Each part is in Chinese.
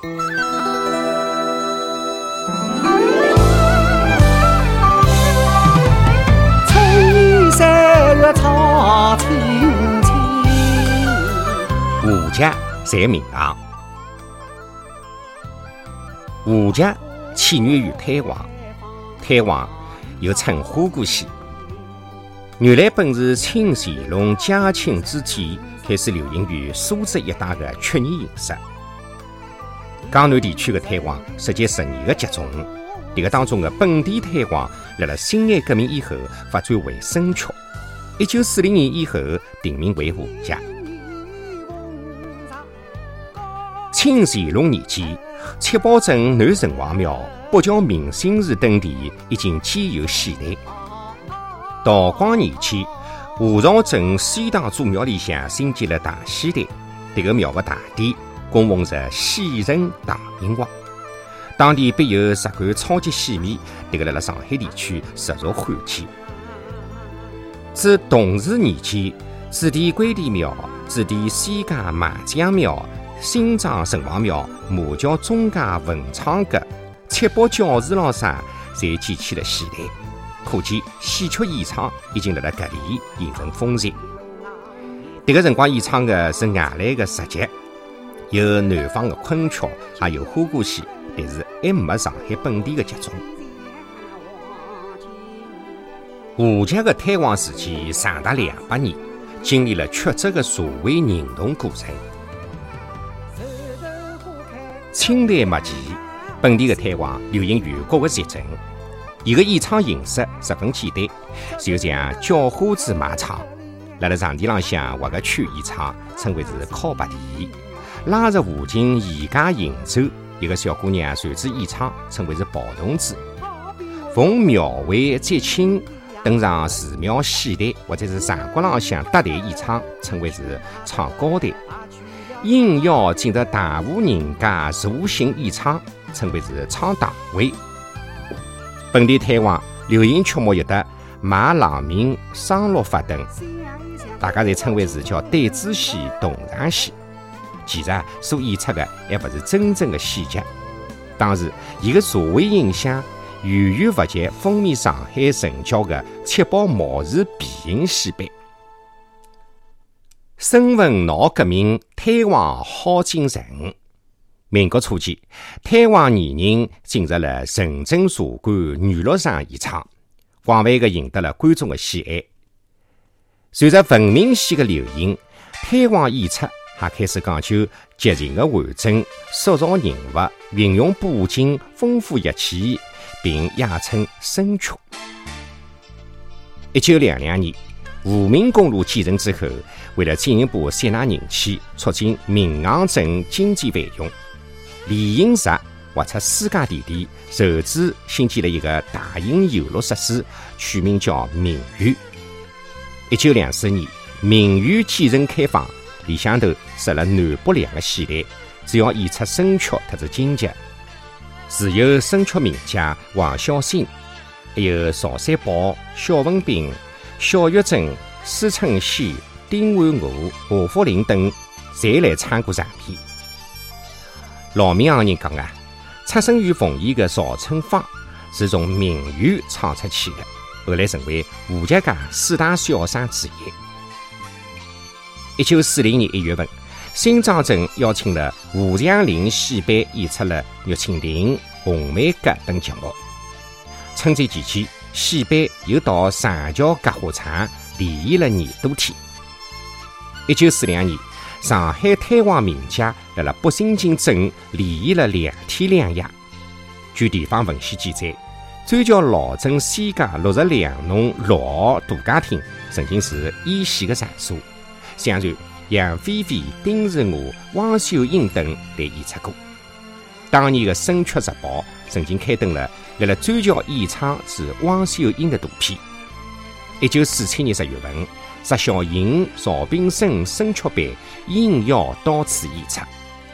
春山月草青青， 胡家在闵行。胡家起源于台湾，台湾又称花果县。原来本是清乾隆嘉庆之际开始流行于苏浙一带的曲艺形式。江南地区的台湾实际12个集中，这个当中的本地台湾在了辛亥革命以后发展为生曲，1940年以后定名为胡家。清乾隆年间，七宝镇南城隍庙、北桥明星寺等地已经建有戏台。道光年间，胡潮镇西塘祖庙里向兴建了大戏台，这个庙的大殿供奉着戏人大明王。当地必有10馆超级戏迷，这个在上海地区实属罕见。自同治年间，置地关帝庙、置地西街麻将庙、新庄城隍庙、马桥中街文昌阁、七宝教寺咾啥，侪建起了戏台。可见戏曲演唱已经辣搿里形成风潮。迭个辰光演唱的是外来的实剧，有南方的昆曲，也有花果戏，但是还没上海本地的集中。胡家的开荒时期长达200年，经历了曲折的社会认同过程。清代末期，本地的台湾流行于各个县镇。伊个演唱形式十分简单，就像叫花子卖唱，辣辣场地浪向画个圈演唱，称为是敲白蹄；拉着胡琴沿街行走，一个小姑娘随之演唱，称为是跑动子；逢庙会节庆登上寺庙戏台或者是场馆浪向搭台演唱，称为是唱高台；应邀进入大户人家助兴演唱，称为是唱堂会。本地台湾流行曲目有得马郎明、双乐法等，大家侪称为是叫对子戏、同场戏。其实所演出的还不是真正的戏剧。当时伊个社会影响远远不及风靡上海成交的七宝毛氏皮影戏班。身份闹革命，台湾好精神。民国初期，台湾艺人进入了城镇茶馆、娱乐场演唱，广泛地赢得了观众的喜爱。随着文明戏的流行，台湾演出也开始讲究剧情的完整，塑造人物，运用布景，丰富乐器，并雅称生曲。1922年，沪闽公路建成之后，为了进一步吸纳人气，促进闵行镇经济繁荣，李应实划出世界地理，筹资兴建了一个大型游乐设施，取名叫闵园。1924年，闵园建成开放，里向头设了南北2个戏台，主要演出生曲特子京剧，是由生曲名家王小新，还有邵三宝、小文彬、小月珍、施春熙、丁万娥、何福林等侪来参过场片。老闵行人讲啊，出生于奉贤的邵春芳是从闵园唱出去的，后来成为胡家界4大小生之一。1940年1月份，新庄镇邀请了胡祥林戏班演出了《玉蜻蜓》《红梅阁》等节目。春节期间，戏班又到上桥隔花场连演了2多天。1942年，上海台湾名家辣辣北新泾镇连演了2天2夜。据地方文献记载，追叫老镇西街62弄6号度假厅曾经是演戏的场所，相传杨飞飞、丁世娥、汪秀英等来演出过。当年的生曲日报曾经刊登了辣辣追叫演唱是汪秀英的图片。1947年10月份，石小莹、赵炳生生曲班应邀到此演出。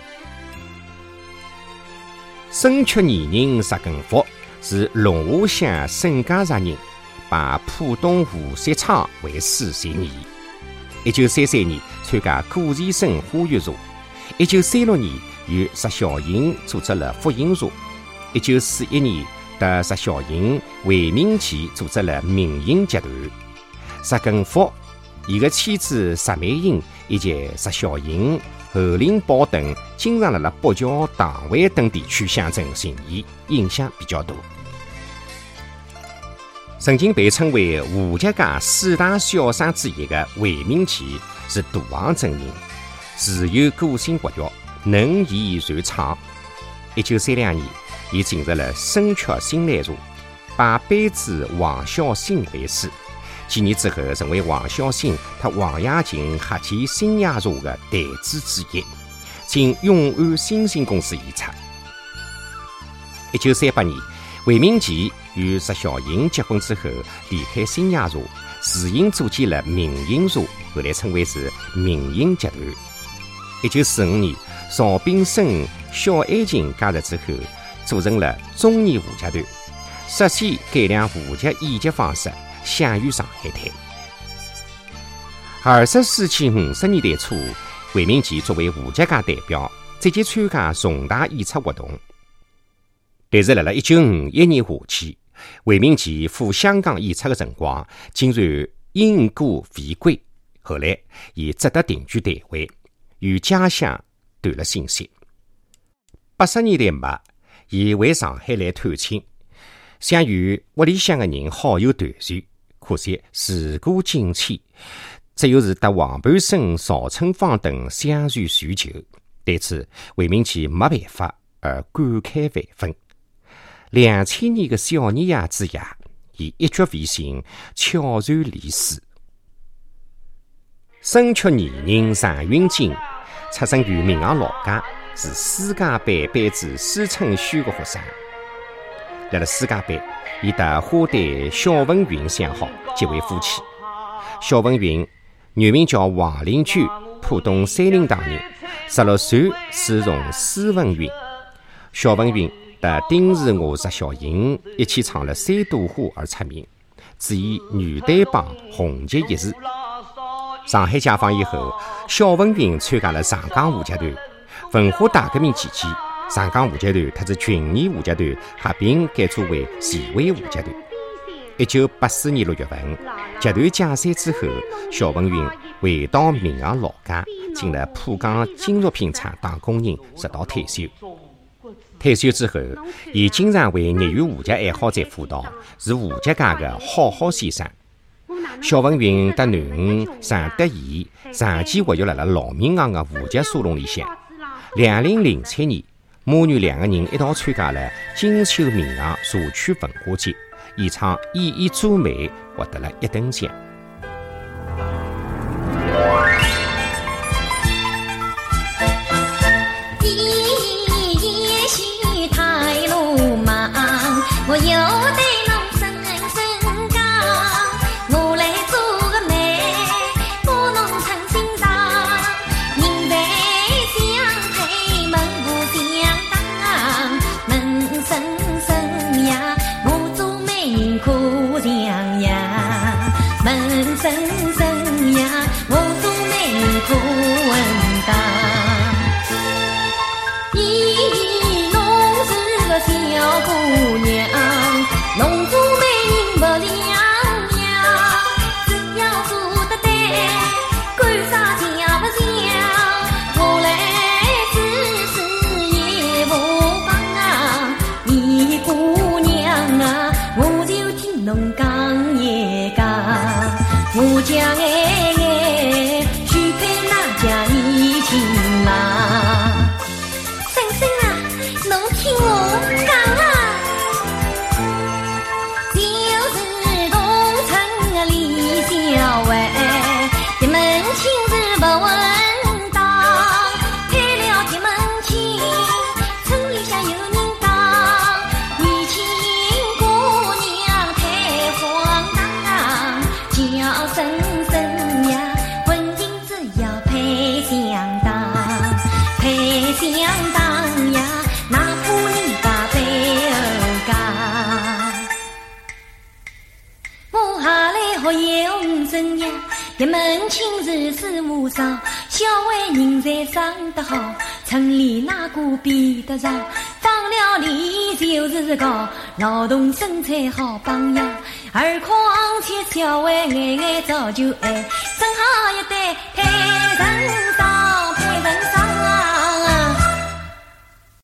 生曲艺人石根福是龙华乡沈家石人，拜浦东胡锡昌为师3年。1933年参加顾前生花月茶，1936年与石小营组织了复兴社。1941年，得石小营为民前组织了民营集团。石根福、伊个妻子石美英以及石小营、侯灵宝等，经常辣北桥、塘湾等地区乡镇行医，影响比较大。曾经被称为吴家界4大小生之一的韦明奇是大行真人，自有个性活跃，能言善唱。1932年，伊进入了升曲新兰社，拜班主王小新为师。几年之后，成为王小新和王亚琴合建新亚社的台子之一，经永安新兴公司移出。1938年，韦明奇与石小营结婚之后，离开新亚社，自行组建了民营社，后来称为是民营集团。1945年，邵炳生、小爱琴加入之后，组成了中年胡集团，率先改良胡剧演辑方式，享誉上海滩。20世纪50年代初，韦明奇作为胡剧界代表，积极参加重大演出活动。但是，在1951年夏天，韦明奇赴香港演出的辰光，竟然因故未归。后来，伊只得定居台湾，与家乡断了信息。80年代末，伊回上海来探亲，想与屋里向的人好友团聚，可惜事过境迁，只有是得黄盘生、邵春芳等相叙叙旧。对此，韦明奇没办法而感慨万分。2000年的小年夜之夜，伊一决未醒，悄然离世。生曲艺人常云锦出生于闵行老家，是私家班班主施春轩的学生。辣私家班，伊和花旦小文云相好，结为夫妻。小文云原名叫王林娟，浦东三林塘人，16岁师从施文云。小文云和丁氏我石小营一起唱了《三朵花》而出名，只以女单帮红极一时。上海解放以后，小文云参加了上港胡剧团。文化大革命期间，上港胡剧团特指群艺胡剧团合并改组为前卫胡剧团。1984年6月份，集团解散之后，小文云回到闵行老家，进了浦江金属品厂打工人，直到退休。退休之后，伊经常为业余胡剧爱好者辅导，是胡剧界的好先生。小文云和囡恩常德义长期活跃辣老闵行的胡剧沙龙里向。2007年，母女2个人一道参加了金秋闵行社区文化节，演唱《熠熠珠美》，获得了1等奖。 我有对侬深深讲，我来做个媒，把侬称心上。人在相配，门不相当，门生生呀，我做媒人可像呀。门生生呀，我做媒人可稳当。侬是个小姑娘。侬做媒人不良呀，只要做得对，干啥讲不讲，我来试试也无妨。你姑娘啊，我就听侬讲一讲，我讲哎，许配那家一情郎。婶婶啊，侬听我讲啊。一门亲事不稳当，开了一门亲，村里向有人讲，年轻姑娘太荒唐，叫婶婶呀，婚姻只要配相当，配相当呀，哪怕你把背儿讲，我下来学有真呀。一门亲事事无少，小孩人才生得好， 村里哪个比得上？放了理就是个劳动生产好榜样，而况且小孩眼眼早就爱，正好一对配成双。